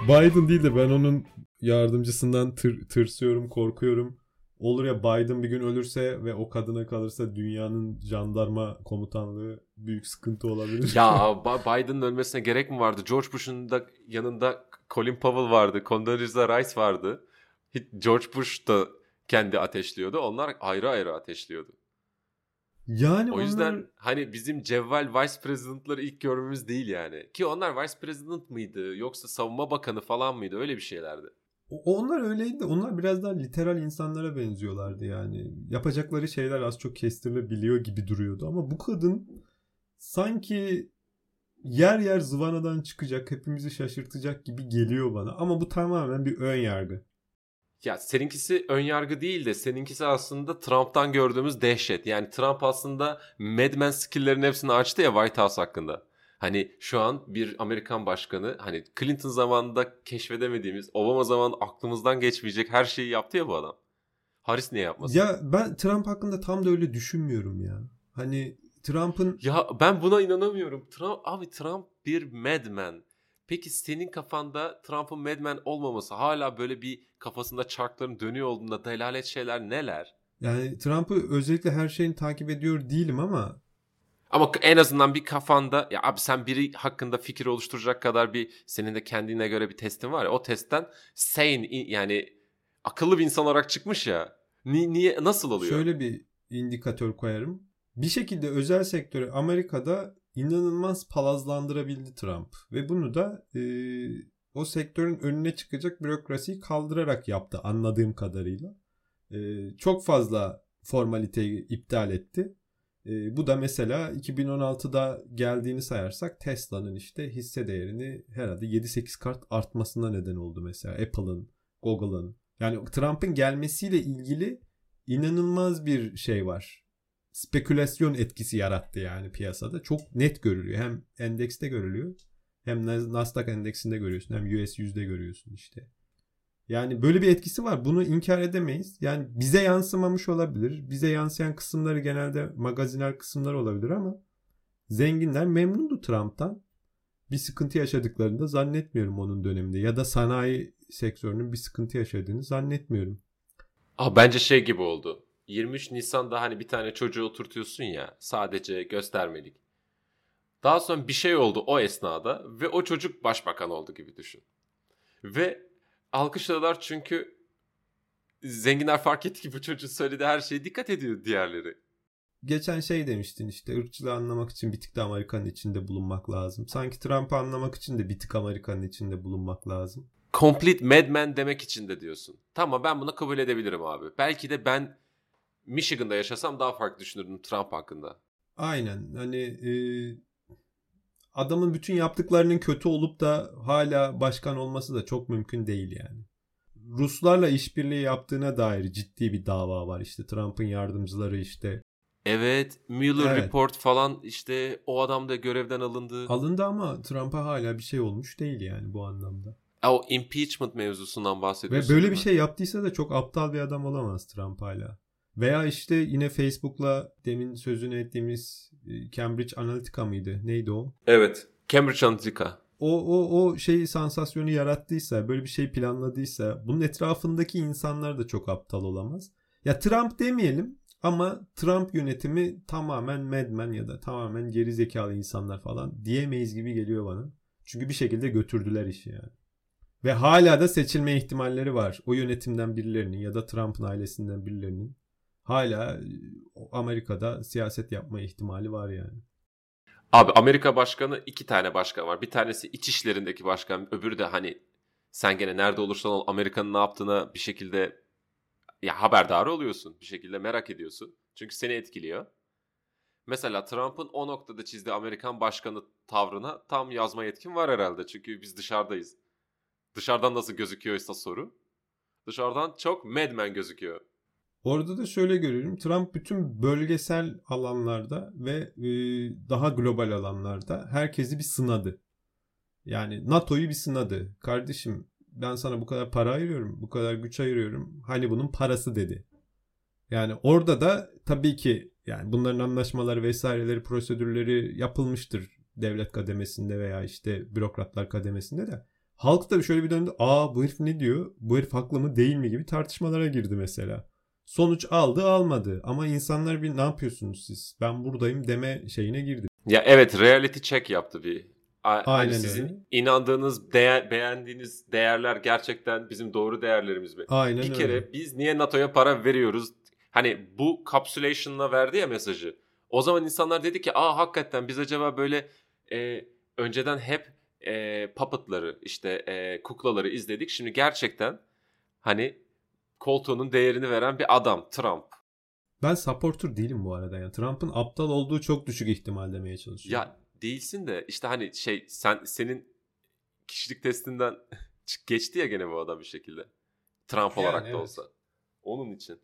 Biden değil de ben onun yardımcısından tırsıyorum, korkuyorum. Olur ya Biden bir gün ölürse ve o kadına kalırsa dünyanın jandarma komutanlığı büyük sıkıntı olabilir. Ya Biden'ın ölmesine gerek mi vardı? George Bush'un da yanında Colin Powell vardı. Condoleezza Rice vardı. George Bush da kendi ateşliyordu. Onlar ayrı ayrı ateşliyordu. Yani O onlar yüzden hani bizim cevval vice president'ları ilk görmemiz değil yani. Ki onlar vice president mıydı yoksa savunma bakanı falan mıydı? Öyle bir şeylerdi. onlar öyleydi. Onlar biraz daha literal insanlara benziyorlardı yani. Yapacakları şeyler az çok kestirilebiliyor gibi duruyordu ama bu kadın sanki yer yer zıvanadan çıkacak, hepimizi şaşırtacak gibi geliyor bana. Ama bu tamamen bir ön yargı. Ya seninkisi ön yargı değil de seninkisi aslında Trump'tan gördüğümüz dehşet. Yani Trump aslında Mad Men skill'lerin hepsini açtı ya White House hakkında. Hani şu an bir Amerikan başkanı hani Clinton zamanında keşfedemediğimiz, Obama zamanında aklımızdan geçmeyecek her şeyi yaptı ya bu adam. Harris niye yapmasın? Ya ben Trump hakkında tam da öyle düşünmüyorum ya. Hani Trump'ın Ya ben buna inanamıyorum. Trump bir madman. Peki senin kafanda Trump'ın madman olmaması hala böyle bir kafasında çarkların dönüyor olduğunda delalet şeyler neler? yani Trump'ı özellikle her şeyini takip ediyor değilim ama Ama en azından bir kafanda ya abi sen biri hakkında fikir oluşturacak kadar bir senin de kendine göre bir testin var ya o testten yani akıllı bir insan olarak çıkmış ya. Niye nasıl oluyor? şöyle bir indikatör koyarım. Bir şekilde özel sektörü Amerika'da inanılmaz palazlandırabildi Trump. Ve bunu da o sektörün önüne çıkacak bürokrasiyi kaldırarak yaptı anladığım kadarıyla. Çok fazla formaliteyi iptal etti. Bu da mesela 2016'da geldiğini sayarsak Tesla'nın işte hisse değerini herhalde 7-8 kat artmasına neden oldu mesela. Apple'ın, Google'ın. Yani Trump'ın gelmesiyle ilgili inanılmaz bir şey var. Spekülasyon etkisi yarattı yani piyasada. Çok net görülüyor. Hem endekste görülüyor. Hem Nasdaq endeksinde görüyorsun. Hem US yüzde görüyorsun işte. Yani böyle bir etkisi var. Bunu inkar edemeyiz. Yani bize yansımamış olabilir. Bize yansıyan kısımları genelde magazinel kısımlar olabilir ama zenginler memnundu Trump'tan. Bir sıkıntı yaşadıklarını da zannetmiyorum onun döneminde. Ya da sanayi sektörünün bir sıkıntı yaşadığını zannetmiyorum. Bence şey gibi oldu. 23 Nisan'da hani bir tane çocuğu oturtuyorsun ya sadece göstermelik. Daha sonra bir şey oldu o esnada ve o çocuk başbakan oldu gibi düşün. Ve alkışladılar çünkü zenginler fark etti ki bu çocuğun söylediği her şeye dikkat ediyor diğerleri. Geçen şey demiştin işte ırkçılığı anlamak için bir tık da Amerika'nın içinde bulunmak lazım. Sanki Trump'ı anlamak için de bir tık Amerika'nın içinde bulunmak lazım. Complete madman demek için de diyorsun. Tamam ben bunu kabul edebilirim abi. Belki de ben Michigan'da yaşasam daha farklı düşünürdüm Trump hakkında. Aynen hani adamın bütün yaptıklarının kötü olup da hala başkan olması da çok mümkün değil yani. Ruslarla işbirliği yaptığına dair ciddi bir dava var. İşte Trump'ın yardımcıları işte. Evet, Mueller Evet. report falan işte o adam da görevden alındı. Alındı ama Trump'a hala bir şey olmuş değil yani bu anlamda. O impeachment mevzusundan Ve bahsediyorsun böyle değil bir mi? şey yaptıysa da çok aptal bir adam olamaz Trump hala. Veya işte yine Facebook'la demin sözünü ettiğimiz Cambridge Analytica mıydı? Neydi o? Evet. Cambridge Analytica. O şeyi sansasyonu yarattıysa, böyle bir şey planladıysa bunun etrafındaki insanlar da çok aptal olamaz. Ya Trump demeyelim ama Trump yönetimi tamamen madman ya da tamamen geri zekalı insanlar falan diyemeyiz gibi geliyor bana. Çünkü bir şekilde götürdüler işi yani. Ve hala da seçilme ihtimalleri var. O yönetimden birilerinin ya da Trump'ın ailesinden birilerinin hala Amerika'da siyaset yapma ihtimali var yani. Abi Amerika başkanı iki tane başkan var. Bir tanesi iç işlerindeki başkan. Öbürü de hani sen gene nerede olursan ol Amerika'nın ne yaptığına bir şekilde ya haberdar oluyorsun. Bir şekilde merak ediyorsun. Çünkü seni etkiliyor. Mesela Trump'ın o noktada çizdiği Amerikan başkanı tavrına tam yazma yetkin var herhalde. Çünkü biz dışarıdayız. Dışarıdan nasıl gözüküyorsa soru. Dışarıdan çok madman gözüküyor. Orada da şöyle görüyorum. Trump bütün bölgesel alanlarda ve daha global alanlarda herkesi bir sınadı. Yani NATO'yu bir sınadı. Kardeşim ben sana bu kadar para ayırıyorum, bu kadar güç ayırıyorum. Hani bunun parası dedi. Yani orada da tabii ki yani bunların anlaşmaları vesaireleri, prosedürleri yapılmıştır devlet kademesinde veya işte bürokratlar kademesinde de. Halk da şöyle bir döndü. Bu herif ne diyor? Bu herif haklı mı değil mi gibi tartışmalara girdi mesela. Sonuç aldı almadı. Ama insanlar bir ne yapıyorsunuz siz? Ben buradayım deme şeyine girdi. Ya evet, reality check yaptı bir. Hani Aynen sizin öyle. inandığınız, beğendiğiniz değerler gerçekten bizim doğru değerlerimiz mi? Aynen Bir öyle. kere biz niye NATO'ya para veriyoruz? Hani bu capsulation'la verdi ya mesajı. O zaman insanlar dedi ki hakikaten biz acaba böyle önceden hep puppet'ları işte kuklaları izledik. Şimdi gerçekten hani koltuğunun değerini veren bir adam Trump. Ben supporter değilim bu arada. Yani Trump'ın aptal olduğu çok düşük ihtimal demeye çalışıyorum. Ya değilsin de işte hani senin kişilik testinden geçti ya gene bu adam bir şekilde. Trump Yani olarak da evet. olsa. Onun için.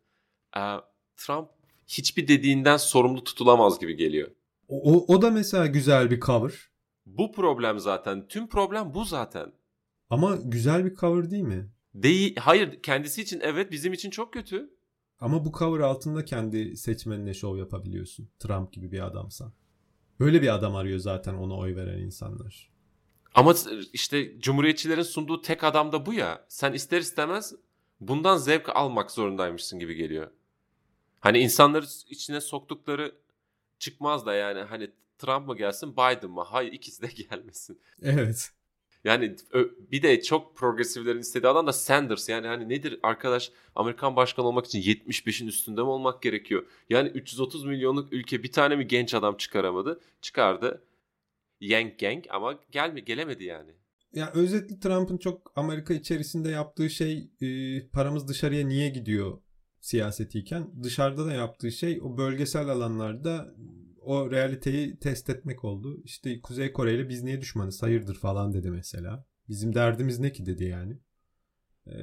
Trump hiçbir dediğinden sorumlu tutulamaz gibi geliyor. O da mesela güzel bir cover. Bu problem zaten. Tüm problem bu zaten. Ama güzel bir cover değil mi? Değil, hayır, kendisi için evet, bizim için çok kötü. Ama bu cover altında kendi seçmenine şov yapabiliyorsun. Trump gibi bir adamsan. Böyle bir adam arıyor zaten ona oy veren insanlar. Ama işte Cumhuriyetçilerin sunduğu tek adam da bu ya. Sen ister istemez bundan zevk almak zorundaymışsın gibi geliyor. Hani insanları içine soktukları çıkmaz da yani hani Trump mı gelsin Biden mı? Hayır, ikisi de gelmesin. Evet. Yani bir de çok progresiflerin istediği adam da Sanders. Yani hani nedir arkadaş, Amerikan başkanı olmak için 75'in üstünde mi olmak gerekiyor? Yani 330 milyonluk ülke bir tane mi genç adam çıkaramadı? Çıkardı. Yank gang ama gelemedi yani. Ya özetle Trump'ın çok Amerika içerisinde yaptığı şey paramız dışarıya niye gidiyor siyasetiyken dışarıda da yaptığı şey o bölgesel alanlarda o realiteyi test etmek oldu. İşte Kuzey Kore ile biz niye düşmanız hayırdır falan dedi mesela. Bizim derdimiz ne ki dedi yani. E,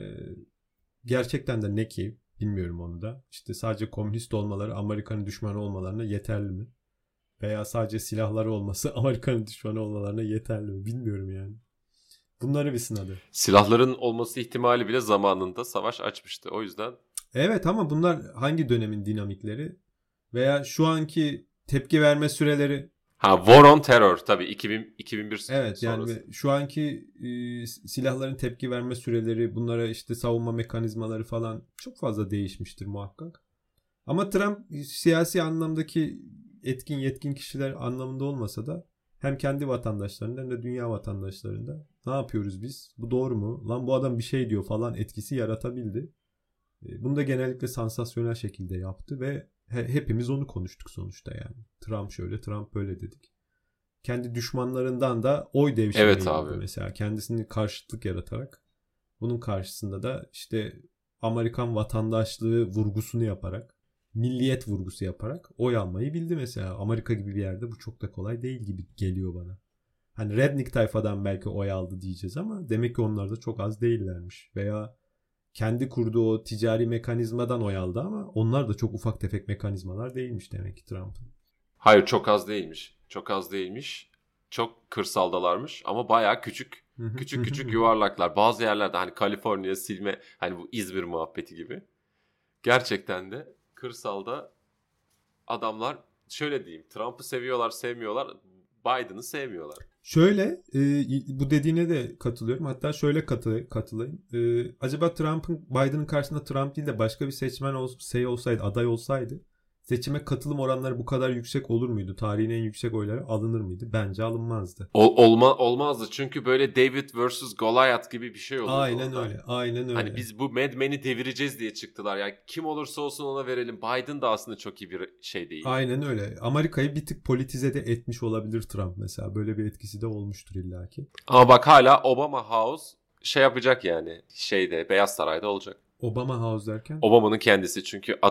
Gerçekten de ne ki bilmiyorum onu da. İşte sadece komünist olmaları Amerika'nın düşmanı olmalarına yeterli mi? Veya sadece silahları olması Amerika'nın düşmanı olmalarına yeterli mi? Bilmiyorum yani. Bunları bir sınadı. Silahların olması ihtimali bile zamanında savaş açmıştı. O yüzden Evet ama bunlar hangi dönemin dinamikleri? Veya şu anki tepki verme süreleri. War on Terror tabii 2001 Evet sonrası. yani şu anki silahların tepki verme süreleri, bunlara işte savunma mekanizmaları falan çok fazla değişmiştir muhakkak. Ama Trump siyasi anlamdaki etkin yetkin kişiler anlamında olmasa da hem kendi vatandaşlarında hem de dünya vatandaşlarında ne yapıyoruz biz? Bu doğru mu? Lan bu adam bir şey diyor falan etkisi yaratabildi. Bunu da genellikle sansasyonel şekilde yaptı ve hepimiz onu konuştuk sonuçta yani. Trump şöyle, Trump böyle dedik. Kendi düşmanlarından da oy Evet devşirmeyi buldu abi. mesela. Kendisini karşıtlık yaratarak. Bunun karşısında da işte Amerikan vatandaşlığı vurgusunu yaparak, milliyet vurgusu yaparak oy almayı bildi mesela. Amerika gibi bir yerde bu çok da kolay değil gibi geliyor bana. Hani Redneck tayfadan belki oy aldı diyeceğiz ama demek ki onlar da çok az değillermiş. Veya kendi kurduğu o ticari mekanizmadan oy aldı ama onlar da çok ufak tefek mekanizmalar değilmiş demek ki Trump'ın. Hayır, çok az değilmiş. Çok az değilmiş. Çok kırsaldalarmış ama bayağı küçük. Küçük küçük yuvarlaklar. Bazı yerlerde hani Kaliforniya silme, hani bu İzmir muhabbeti gibi. Gerçekten de kırsalda adamlar, şöyle diyeyim, Trump'ı seviyorlar sevmiyorlar, Biden'ı sevmiyorlar. Şöyle bu dediğine de katılıyorum. Hatta şöyle katılayım. Acaba Biden'ın karşısında Trump değil de başka bir seçmen olsaydı, aday olsaydı seçime katılım oranları bu kadar yüksek olur muydu? Tarihin en yüksek oyları alınır mıydı? Bence alınmazdı. Olmazdı çünkü böyle David vs. Goliath gibi bir şey olurdu Aynen orada. öyle. Aynen Hani öyle. biz bu Mad Men'i devireceğiz diye çıktılar. Yani kim olursa olsun ona verelim. Biden da aslında çok iyi bir şey değil. Aynen öyle. Amerika'yı bir tık politize de etmiş olabilir Trump mesela. Böyle bir etkisi de olmuştur illaki. Ama bak hala Obama House şey yapacak yani. Beyaz Saray'da olacak. Obama House derken? Obama'nın kendisi çünkü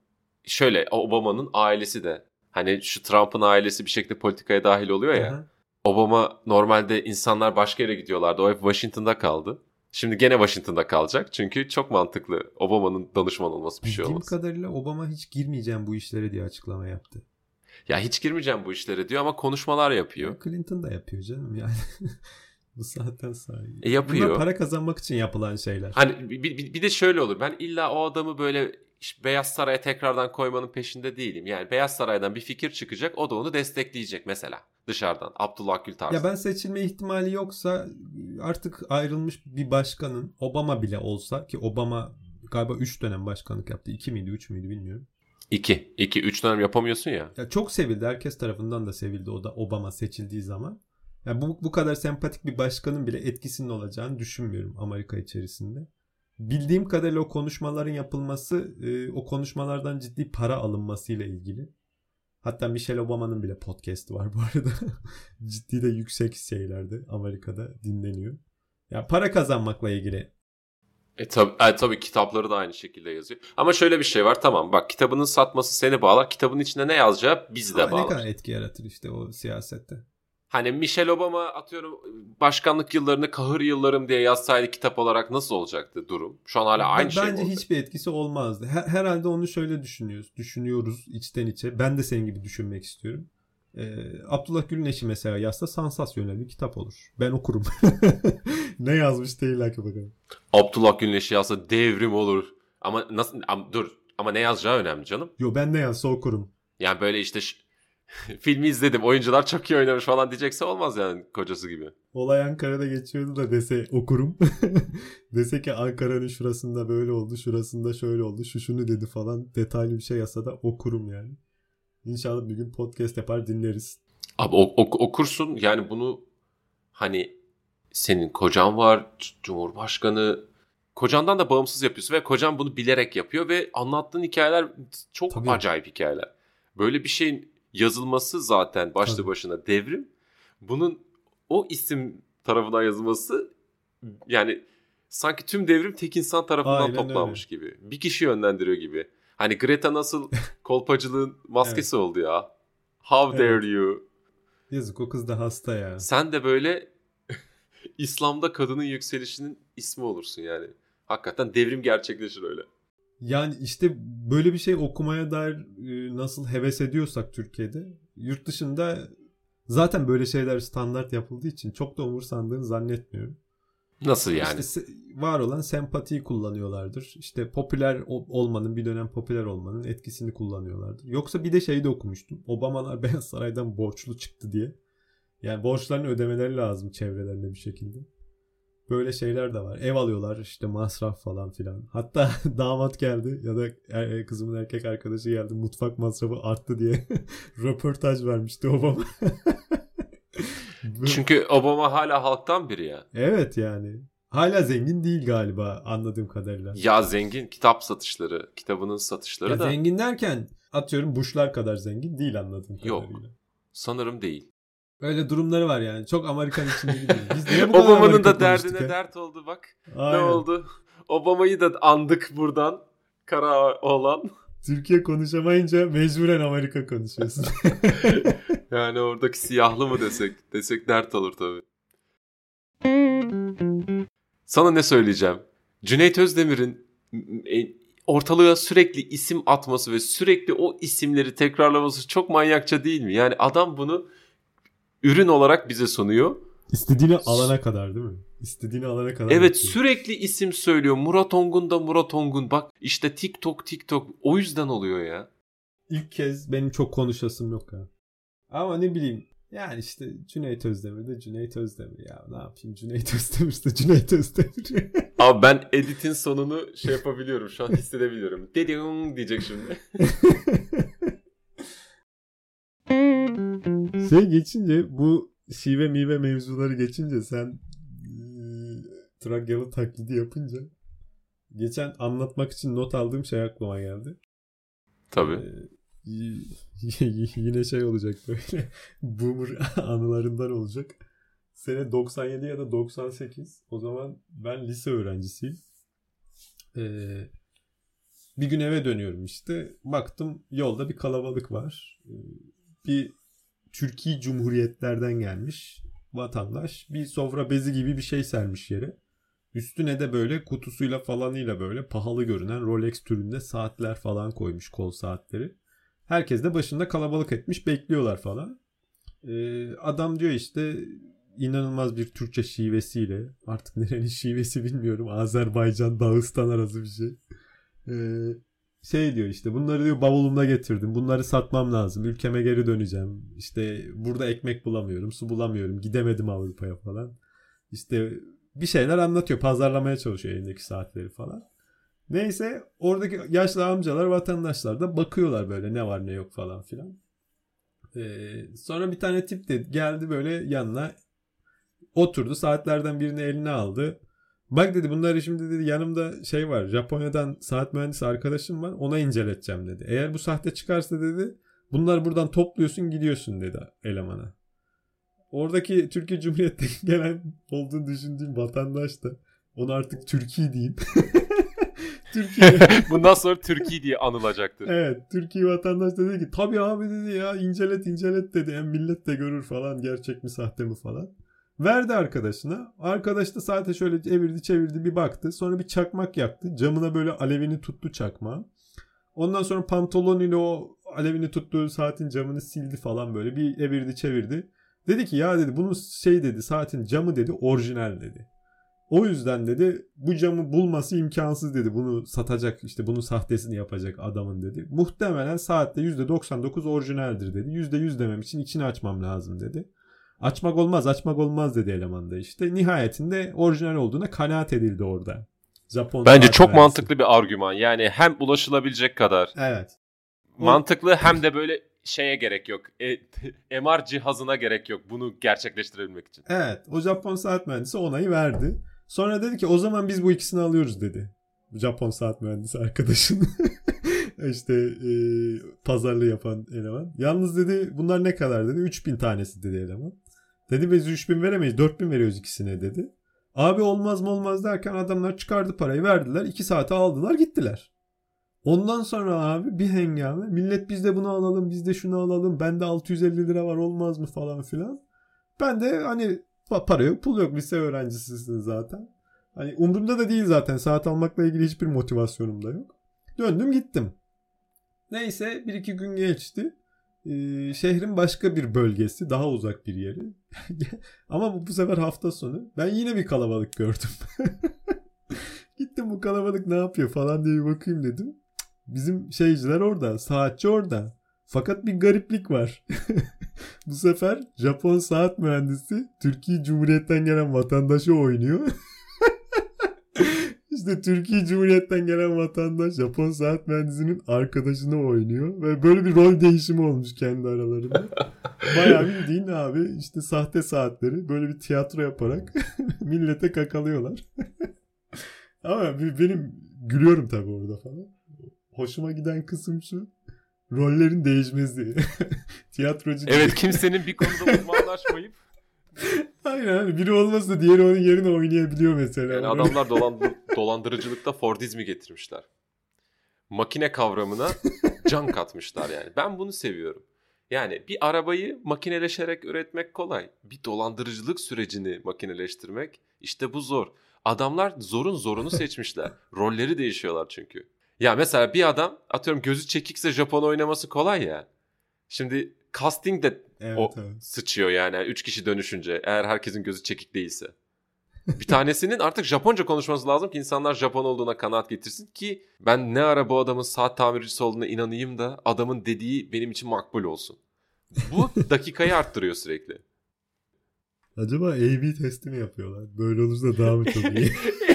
şöyle, Obama'nın ailesi de, hani şu Trump'ın ailesi bir şekilde politikaya dahil oluyor ya. Aha. Obama normalde insanlar başka yere gidiyorlardı. O hep Washington'da kaldı. Şimdi gene Washington'da kalacak. Çünkü çok mantıklı Obama'nın danışman olması, bir şey Bildiğim olması. kadarıyla Obama hiç girmeyeceğim bu işlere diye açıklama yaptı. Ya hiç girmeyeceğim bu işlere diyor ama konuşmalar yapıyor. Ya Clinton da yapıyor canım yani. Bu saatten sonra. Yapıyor. Bunlar para kazanmak için yapılan şeyler. Hani bir de şöyle olur. Ben illa o adamı böyle Beyaz Saray'a tekrardan koymanın peşinde değilim. Yani Beyaz Saray'dan bir fikir çıkacak, o da onu destekleyecek mesela. Dışarıdan. Abdullah Gül tarzı. Ya ben seçilme ihtimali yoksa artık ayrılmış bir başkanın, Obama bile olsa, ki Obama galiba 3 dönem başkanlık yaptı. 2 miydi 3 müydü bilmiyorum. 2. 3 dönem yapamıyorsun ya. Ya çok sevildi. Herkes tarafından da sevildi o da Obama seçildiği zaman. Yani bu kadar sempatik bir başkanın bile etkisinin olacağını düşünmüyorum Amerika içerisinde. Bildiğim kadarıyla o konuşmaların yapılması, o konuşmalardan ciddi para alınmasıyla ilgili. Hatta Michelle Obama'nın bile podcast'ı var bu arada. Ciddi de yüksek şeylerde Amerika'da dinleniyor. Ya para kazanmakla ilgili. Tabii kitapları da aynı şekilde yazıyor. Ama şöyle bir şey var, tamam bak, kitabının satması seni bağlar. Kitabın içinde ne yazacağı bizi de bağlar. Ne kadar etki yaratır işte o siyasette. Hani Michelle Obama atıyorum başkanlık yıllarını kahır yıllarım diye yazsaydı kitap olarak nasıl olacaktı durum? Şu an hala aynı şey mi olacak? Bence hiçbir etkisi olmazdı. Herhalde onu şöyle düşünüyoruz içten içe. Ben de senin gibi düşünmek istiyorum. Abdullah Gül'ün eşi mesela yazsa sansasyonel bir kitap olur. Ben okurum. Ne yazmış değil ki bakalım. Abdullah Gül'ün eşi yazsa devrim olur. Ama nasıl? Ama ne yazacağı önemli canım. Yo, ben ne yazsa okurum. Yani böyle işte filmi izledim, oyuncular çok iyi oynamış falan diyecekse olmaz yani, kocası gibi. Olay Ankara'da geçiyordu da dese okurum. Dese ki Ankara'nın şurasında böyle oldu, şurasında şöyle oldu, şunu dedi falan, detaylı bir şey yazsa da okurum yani. İnşallah bir gün podcast yapar dinleriz. Abi okursun yani bunu, hani senin kocan var, Cumhurbaşkanı, kocandan da bağımsız yapıyorsun ve kocan bunu bilerek yapıyor ve anlattığın hikayeler çok Tabii. acayip hikayeler. Böyle bir şeyin yazılması zaten başlı Tabii. başına devrim. Bunun o isim tarafından yazılması yani sanki tüm devrim tek insan tarafından Aynen toplanmış gibi. Bir kişi yönlendiriyor gibi. Hani Greta nasıl kolpacılığın maskesi oldu ya. How dare you? Yazık, o kız da hasta ya. Sen de böyle İslam'da kadının yükselişinin ismi olursun yani. Hakikaten devrim gerçekleşir öyle. Yani işte böyle bir şey okumaya dair nasıl heves ediyorsak Türkiye'de, yurt dışında zaten böyle şeyler standart yapıldığı için çok da umursandığını zannetmiyorum. Nasıl yani? İşte var olan sempatiyi kullanıyorlardır. İşte popüler olmanın, bir dönem popüler olmanın etkisini kullanıyorlardır. Yoksa bir de şeyi de okumuştum. Obamalar Beyaz Saray'dan borçlu çıktı diye. Yani borçlarını ödemeleri lazım çevrelerine bir şekilde. Böyle şeyler de var. Ev alıyorlar işte, masraf falan filan. Hatta damat geldi ya da kızımın erkek arkadaşı geldi, mutfak masrafı arttı diye röportaj vermişti Obama. Çünkü Obama hala halktan biri ya. Evet yani. Hala zengin değil galiba anladığım kadarıyla. Ya zengin, kitap satışları, kitabının satışları ya da. Zengin derken atıyorum Bush'lar kadar zengin değil anladığım kadarıyla. Yok. Sanırım değil. Öyle durumları var yani. Çok Amerikan içinde değil. Biz niye bu kadar Obama'nın Amerika da derdine konuştuk ya? dert oldu bak. Aynen. Ne oldu? Obama'yı da andık buradan. Kara oğlan. Türkiye konuşamayınca mecburen Amerika konuşuyorsun. Yani oradaki siyahlı mı desek dert olur tabii. Sana ne söyleyeceğim? Cüneyt Özdemir'in ortalığa sürekli isim atması ve sürekli o isimleri tekrarlaması çok manyakça değil mi? Yani adam bunu ürün olarak bize sunuyor. İstediğini alana kadar değil mi? İstediğini alana kadar. Evet, yapıyor. sürekli isim söylüyor. Murat Ongun da Murat Ongun. Bak işte TikTok. O yüzden oluyor ya. İlk kez benim çok konuşasım yok ha. Ama ne bileyim. Yani işte Cüneyt Özdemir de Cüneyt Özdemir ya. Ne yapayım, Cüneyt Özdemir de Cüneyt Özdemir. Abi ben editin sonunu şey yapabiliyorum. Şu an hissedebiliyorum. Dedin diyecek şimdi. Geçince bu şive mive mevzuları geçince sen Trakyalı taklidi yapınca geçen anlatmak için not aldığım şey aklıma geldi. Tabii. Yine şey olacak böyle. Boomer anılarından olacak. Sene 97 ya da 98. O zaman ben lise öğrencisiyim. Bir gün eve dönüyorum işte. Baktım yolda bir kalabalık var. Bir Türkiye Cumhuriyetlerden gelmiş vatandaş bir sofra bezi gibi bir şey sermiş yere. Üstüne de böyle kutusuyla falanıyla böyle pahalı görünen Rolex türünde saatler falan koymuş, kol saatleri. Herkes de başında kalabalık etmiş, bekliyorlar falan. Adam diyor işte inanılmaz bir Türkçe şivesiyle, artık nerenin şivesi bilmiyorum, Azerbaycan Dağıstan arası bir şey. şey diyor işte bunları diyor bavulumda getirdim. Bunları satmam lazım. Ülkeme geri döneceğim. İşte burada ekmek bulamıyorum, su bulamıyorum. Gidemedim Avrupa'ya falan. İşte bir şeyler anlatıyor. Pazarlamaya çalışıyor elindeki saatleri falan. Neyse oradaki yaşlı amcalar, vatandaşlar da bakıyorlar böyle ne var ne yok falan filan. Sonra bir tane tip de geldi böyle yanına oturdu. Saatlerden birini eline aldı. Bak dedi bunları şimdi dedi yanımda şey var. Japonya'dan saat mühendisi arkadaşım var. Ona inceleteceğim dedi. Eğer bu sahte çıkarsa dedi bunları buradan topluyorsun gidiyorsun dedi elemana. Oradaki Türkiye Cumhuriyeti'nden gelen olduğunu düşündüğüm vatandaş da onu artık Türkiye diyeyim. Türkiye. Bundan sonra Türkiye diye anılacaktır. Evet. Türkiye vatandaş dedi ki tabii abi dedi ya incelet dedi. Hem millet de görür falan gerçek mi sahte mi falan. Verdi arkadaşına. Arkadaş da saate şöyle evirdi çevirdi bir baktı. Sonra bir çakmak yaktı. Camına böyle alevini tuttu çakmağı. Ondan sonra pantolonuyla o alevini tuttuğu saatin camını sildi falan böyle. Bir evirdi çevirdi. Dedi ki ya dedi bunun şey dedi saatin camı dedi orijinal dedi. O yüzden dedi bu camı bulması imkansız dedi. Bunu satacak işte bunun sahtesini yapacak adamın dedi. Muhtemelen saatte %99 orijinaldir dedi. %100 demem için içini açmam lazım dedi. Açmak olmaz dedi eleman da işte. Nihayetinde orijinal olduğuna kanaat edildi orada. Japon bence çok mantıklı bir argüman. Yani hem ulaşılabilecek kadar evet. Mantıklı hem de böyle şeye gerek yok. MR cihazına gerek yok bunu gerçekleştirebilmek için. Evet. O Japon saat mühendisi onayı verdi. Sonra dedi ki o zaman biz bu ikisini alıyoruz dedi. Japon saat mühendisi arkadaşın. işte pazarlığı yapan eleman. Yalnız dedi bunlar ne kadar dedi. 3000 tanesi dedi eleman. Dedi biz 3000 veremeyiz 4000 veriyoruz ikisine dedi. Abi olmaz mı olmaz derken adamlar çıkardı parayı verdiler. 2 saate aldılar gittiler. Ondan sonra abi bir hengame millet biz de bunu alalım biz de şunu alalım. Bende 650 lira var olmaz mı falan filan. Ben de hani para yok pul yok lise öğrencisisin zaten. Hani umurumda da değil zaten saat almakla ilgili hiçbir motivasyonum da yok. Döndüm gittim. Neyse 1-2 gün geçti. Şehrin başka bir bölgesi daha uzak bir yeri. Ama bu sefer hafta sonu ben yine bir kalabalık gördüm. Gittim bu kalabalık ne yapıyor falan diye bir bakayım dedim. Bizim şeyciler orada, saatçi orada. Fakat bir gariplik var. Bu sefer Japon saat mühendisi Türkiye Cumhuriyet'ten gelen vatandaşı oynuyor. İşte Türkiye Cumhuriyet'ten gelen vatandaş Japon saat mühendisinin arkadaşını oynuyor. Ve böyle bir rol değişimi olmuş kendi aralarında. Bayağı bildiğin abi işte sahte saatleri böyle bir tiyatro yaparak millete kakalıyorlar. Ama benim gülüyorum tabii orada falan. Hoşuma giden kısım şu. Rollerin değişmesi. Tiyatrocu. Evet kimsenin bir konuda uzmanlaşmayıp. Aynen biri olmazsa diğeri onun yerine oynayabiliyor mesela. Yani adamlar dolandırıcılıkta Fordizmi getirmişler. Makine kavramına can katmışlar yani. Ben bunu seviyorum. Yani bir arabayı makineleşerek üretmek kolay. Bir dolandırıcılık sürecini makineleştirmek işte bu zor. Adamlar zorun zorunu seçmişler. Rolleri değişiyorlar çünkü. Ya mesela bir adam atıyorum gözü çekikse Japon oynaması kolay ya. Şimdi casting de evet. Sıçıyor yani 3 kişi dönüşünce eğer herkesin gözü çekik değilse. Bir tanesinin artık Japonca konuşması lazım ki insanlar Japon olduğuna kanaat getirsin ki ben ne ara bu adamın saat tamircisi olduğuna inanayım da adamın dediği benim için makbul olsun. Bu dakikayı arttırıyor sürekli. Acaba A/B testi mi yapıyorlar? Böyle olursa daha mı çok iyi?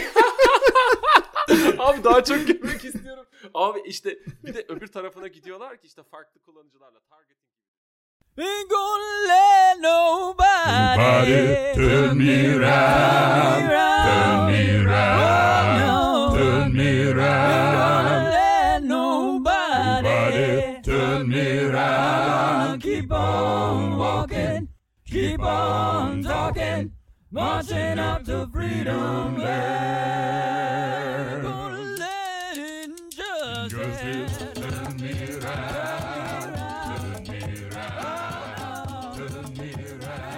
Abi daha çok görmek istiyorum. Abi işte bir de öbür tarafına gidiyorlar ki işte farklı kullanıcılarla targeting. Ain't gonna let nobody turn me round, turn me round, turn me round. Ain't gonna let nobody turn me round. Keep on walking, keep on talking, marching up to freedom land. Gonna let injustice turn me round. Turn me round.